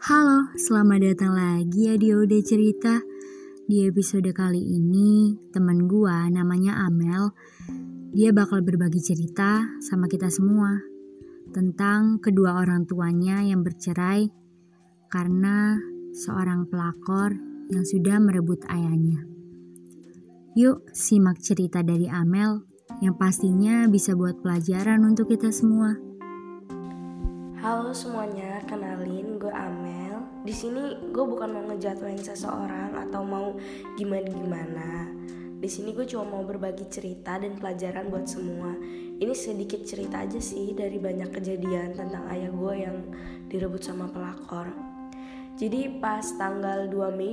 Halo, selamat datang lagi ya di Ode Cerita. Di episode kali ini, teman gua namanya Amel. Dia bakal berbagi cerita sama kita semua tentang kedua orang tuanya yang bercerai karena seorang pelakor yang sudah merebut ayahnya. Yuk simak cerita dari Amel yang pastinya bisa buat pelajaran untuk kita semua. Halo semuanya, kenalin gue Amel. Di sini gue bukan mau ngejatuhin seseorang atau mau gimana-gimana. Di sini gue cuma mau berbagi cerita dan pelajaran buat semua. Ini sedikit cerita aja sih dari banyak kejadian tentang ayah gue yang direbut sama pelakor. Jadi pas tanggal 2 Mei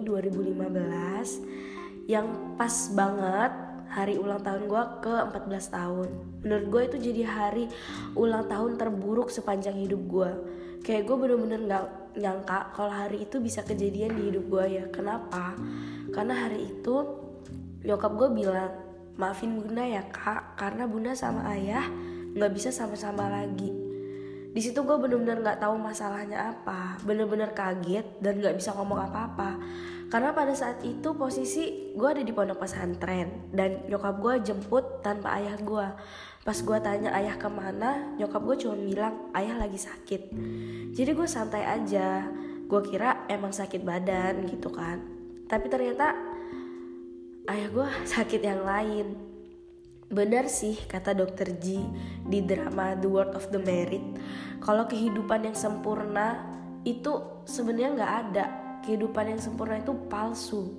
2015 yang pas banget hari ulang tahun gue ke 14 tahun. Menurut gue itu jadi hari ulang tahun terburuk sepanjang hidup gue. Kayak gue bener-bener gak nyangka kalau hari itu bisa kejadian di hidup gue ya. Kenapa? Karena hari itu nyokap gue bilang, maafin bunda ya kak, karena bunda sama ayah gak bisa sama-sama lagi. Di situ gue bener-bener gak tahu masalahnya apa, bener-bener kaget dan gak bisa ngomong apa-apa. Karena pada saat itu posisi gue ada di pondok pesantren dan nyokap gue jemput tanpa ayah gue. Pas gue tanya ayah kemana, nyokap gue cuma bilang ayah lagi sakit. Jadi gue santai aja, gue kira emang sakit badan gitu kan. Tapi ternyata ayah gue sakit yang lain. Benar sih kata dokter G di drama The World of the Married, kalau kehidupan yang sempurna itu sebenarnya gak ada. Kehidupan yang sempurna itu palsu.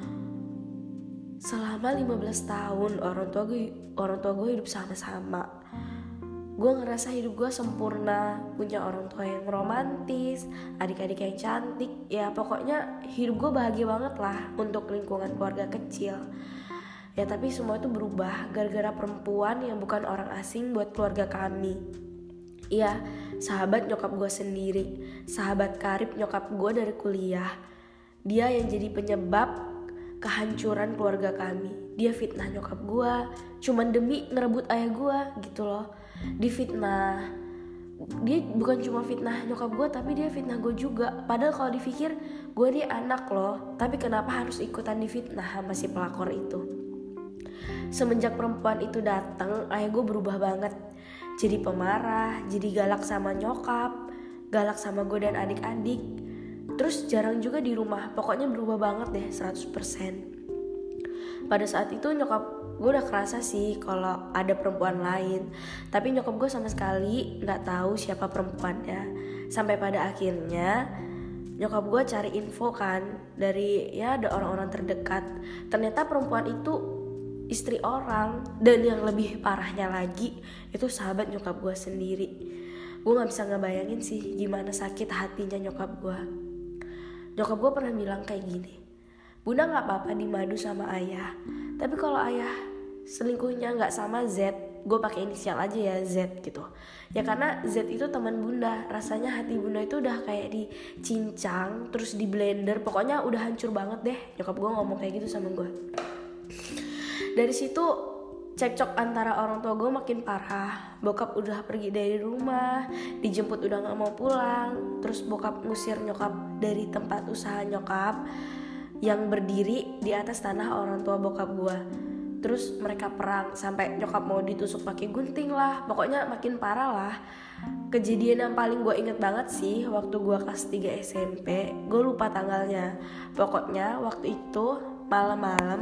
Selama 15 tahun orang tua gue hidup sama-sama. Gue ngerasa hidup gue sempurna, punya orang tua yang romantis, adik-adik yang cantik. Ya pokoknya hidup gue bahagia banget lah untuk lingkungan keluarga kecil. Ya tapi semua itu berubah gara-gara perempuan yang bukan orang asing buat keluarga kami. Iya, sahabat nyokap gue sendiri, sahabat karib nyokap gue dari kuliah. Dia yang jadi penyebab kehancuran keluarga kami. Dia fitnah nyokap gue, cuman demi ngerebut ayah gue gitu loh. Difitnah. Dia bukan cuma fitnah nyokap gue, tapi dia fitnah gue juga. Padahal kalau dipikir, gue dia anak loh. Tapi kenapa harus ikutan difitnah sama si pelakor itu? Semenjak perempuan itu datang, ayah gue berubah banget. Jadi pemarah, jadi galak sama nyokap, galak sama gue dan adik-adik. Terus jarang juga di rumah, pokoknya berubah banget deh 100%. Pada saat itu nyokap gue udah kerasa sih kalau ada perempuan lain. Tapi nyokap gue sama sekali gak tahu siapa perempuannya. Sampai pada akhirnya nyokap gue cari info kan dari ya ada orang-orang terdekat. Ternyata perempuan itu istri orang, dan yang lebih parahnya lagi itu sahabat nyokap gue sendiri. Gue gak bisa ngebayangin sih gimana sakit hatinya nyokap gue. Nyokap gue pernah bilang kayak gini, bunda gak apa-apa dimadu sama ayah, tapi kalau ayah selingkuhnya gak sama Z, gue pakai inisial aja ya Z gitu. Ya karena Z itu teman bunda, rasanya hati bunda itu udah kayak dicincang, terus di blender, pokoknya udah hancur banget deh. Nyokap gue ngomong kayak gitu sama gue. Dari situ cekcok antara orang tua gue makin parah. Bokap udah pergi dari rumah, dijemput udah gak mau pulang. Terus bokap ngusir nyokap dari tempat usaha nyokap yang berdiri di atas tanah orang tua bokap gue. Terus mereka perang sampai nyokap mau ditusuk pakai gunting lah. Pokoknya makin parah lah. Kejadian yang paling gue inget banget sih waktu gue kelas 3 SMP. Gue lupa tanggalnya. Pokoknya waktu itu malam-malam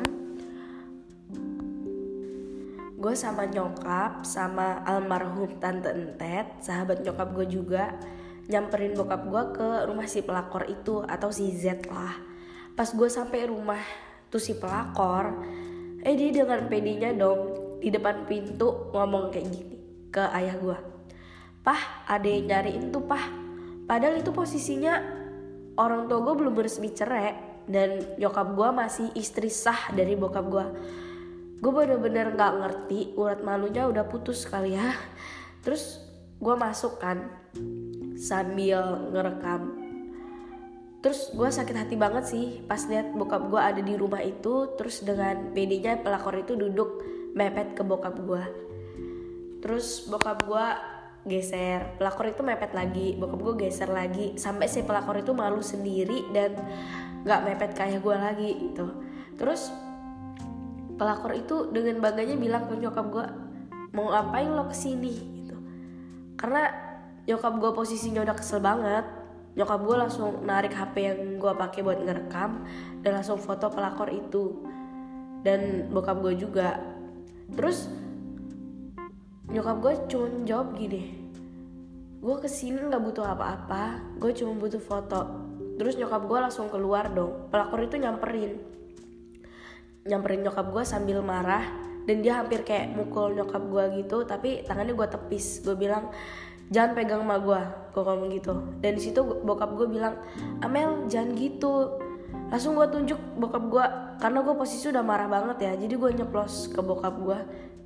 gue sama nyokap, sama almarhum tante Entet, sahabat nyokap gue juga, nyamperin bokap gue ke rumah si pelakor itu atau si Z lah. Pas gue sampai rumah tuh si pelakor, dia dengan pedenya dong di depan pintu ngomong kayak gini ke ayah gue, "Pah, ada yang nyariin tuh pah." Padahal itu posisinya orang tua gue belum resmi cerai dan nyokap gue masih istri sah dari bokap gue. Gue bener-bener gak ngerti, urat malunya udah putus kali ya. Terus gue masuk kan sambil ngerekam. Terus gue sakit hati banget sih pas lihat bokap gue ada di rumah itu. Terus dengan pedenya pelakor itu duduk mepet ke bokap gue. Terus bokap gue geser, pelakor itu mepet lagi, bokap gue geser lagi, sampai si pelakor itu malu sendiri dan gak mepet kayak gue lagi gitu. Terus pelakor itu dengan bangganya bilang ke nyokap gue, mau ngapain lo kesini gitu. Karena nyokap gue posisinya udah kesel banget. Nyokap gue langsung narik HP yang gue pakai buat ngerekam dan langsung foto pelakor itu, dan bokap gue juga. Terus nyokap gue cuma jawab gini, gue kesini nggak butuh apa-apa, gue cuma butuh foto. Terus nyokap gue langsung keluar dong. Pelakor itu nyamperin nyokap gue sambil marah, dan dia hampir kayak mukul nyokap gue gitu, tapi tangannya gue tepis. Gue bilang, jangan pegang emak gue ngomong gitu. Dan di situ bokap gue bilang, Amel jangan gitu. Langsung gue tunjuk bokap gue, karena gue posisi udah marah banget ya. Jadi gue nyeplos ke bokap gue,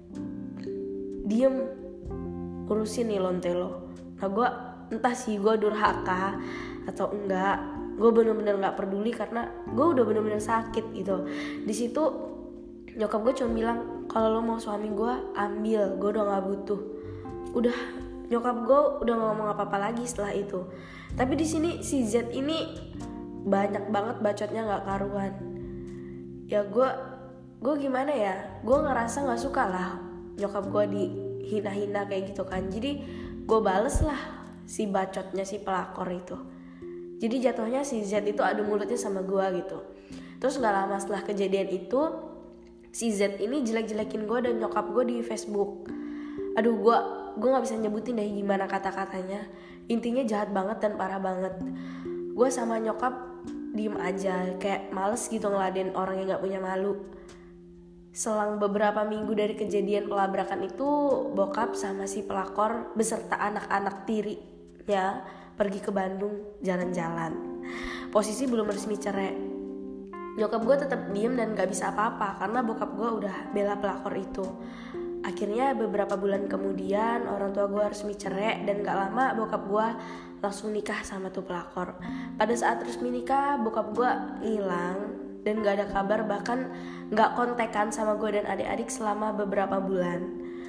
diem, urusin nih lonte lo. Nah gue entah sih gue durhaka atau enggak, gue bener-bener nggak peduli karena gue udah bener-bener sakit gitu. Di situ nyokap gue cuma bilang, kalau lo mau suami gue ambil, gue udah nggak butuh. Udah, nyokap gue udah nggak ngomong apa-apa lagi setelah itu. Tapi di sini si Z ini banyak banget bacotnya nggak karuan. Ya gue gimana ya, gue ngerasa nggak suka lah nyokap gue dihina-hina kayak gitu kan. Jadi gue bales lah si bacotnya si pelakor itu. Jadi jatuhnya si Z itu adu mulutnya sama gue gitu. Terus gak lama setelah kejadian itu, si Z ini jelek-jelekin gue dan nyokap gue di Facebook. Aduh, gue gak bisa nyebutin deh gimana kata-katanya. Intinya jahat banget dan parah banget. Gue sama nyokap diem aja, kayak males gitu ngeladen orang yang gak punya malu. Selang beberapa minggu dari kejadian pelabrakan itu, bokap sama si pelakor beserta anak-anak tirinya pergi ke Bandung jalan-jalan. Posisi belum resmi cerai. Nyokap gue tetap diem dan gak bisa apa-apa karena bokap gue udah bela pelakor itu. Akhirnya beberapa bulan kemudian orang tua gue resmi cerai, dan gak lama bokap gue langsung nikah sama tuh pelakor. Pada saat resmi nikah, bokap gue hilang dan gak ada kabar, bahkan gak kontekan sama gue dan adik-adik selama beberapa bulan.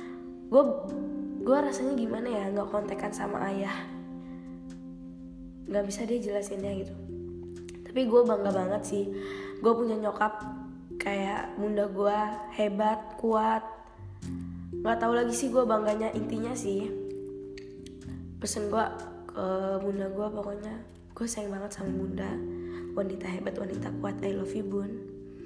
Gue rasanya gimana ya gak kontekan sama ayah, gak bisa dia jelasinnya gitu. Tapi gue bangga banget sih, gue punya nyokap kayak bunda gue, hebat, kuat. Gak tahu lagi sih gue bangganya. Intinya sih pesen gue ke bunda gue, pokoknya gue sayang banget sama bunda, wanita hebat, wanita kuat. I love you bun.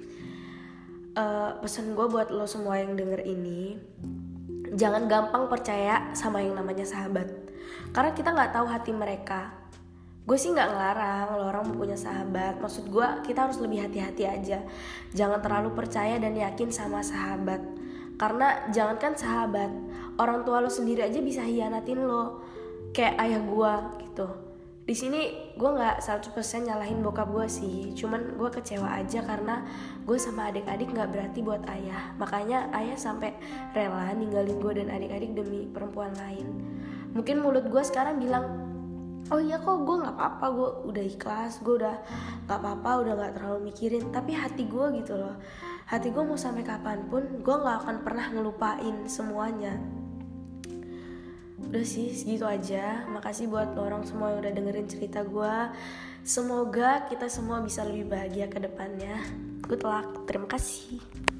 Pesan gue buat lo semua yang denger ini, jangan gampang percaya sama yang namanya sahabat, karena kita gak tahu hati mereka. Gue sih gak ngelarang lo orang punya sahabat, maksud gue kita harus lebih hati-hati aja. Jangan terlalu percaya dan yakin sama sahabat, karena jangankan sahabat, orang tua lo sendiri aja bisa hianatin lo, kayak ayah gue gitu. Di sini gue nggak 100% nyalahin bokap gue sih, cuman gue kecewa aja karena gue sama adik-adik nggak berarti buat ayah. Makanya ayah sampai rela ninggalin gue dan adik-adik demi perempuan lain. Mungkin mulut gue sekarang bilang, oh iya kok gue nggak apa-apa, gue udah ikhlas, gue udah nggak apa-apa, udah nggak terlalu mikirin. Tapi hati gue gitu loh, hati gue mau sampai kapanpun gue nggak akan pernah ngelupain semuanya. Udah sih segitu aja. Makasih buat lo orang semua yang udah dengerin cerita gue. Semoga kita semua bisa lebih bahagia ke depannya. Good luck, terima kasih.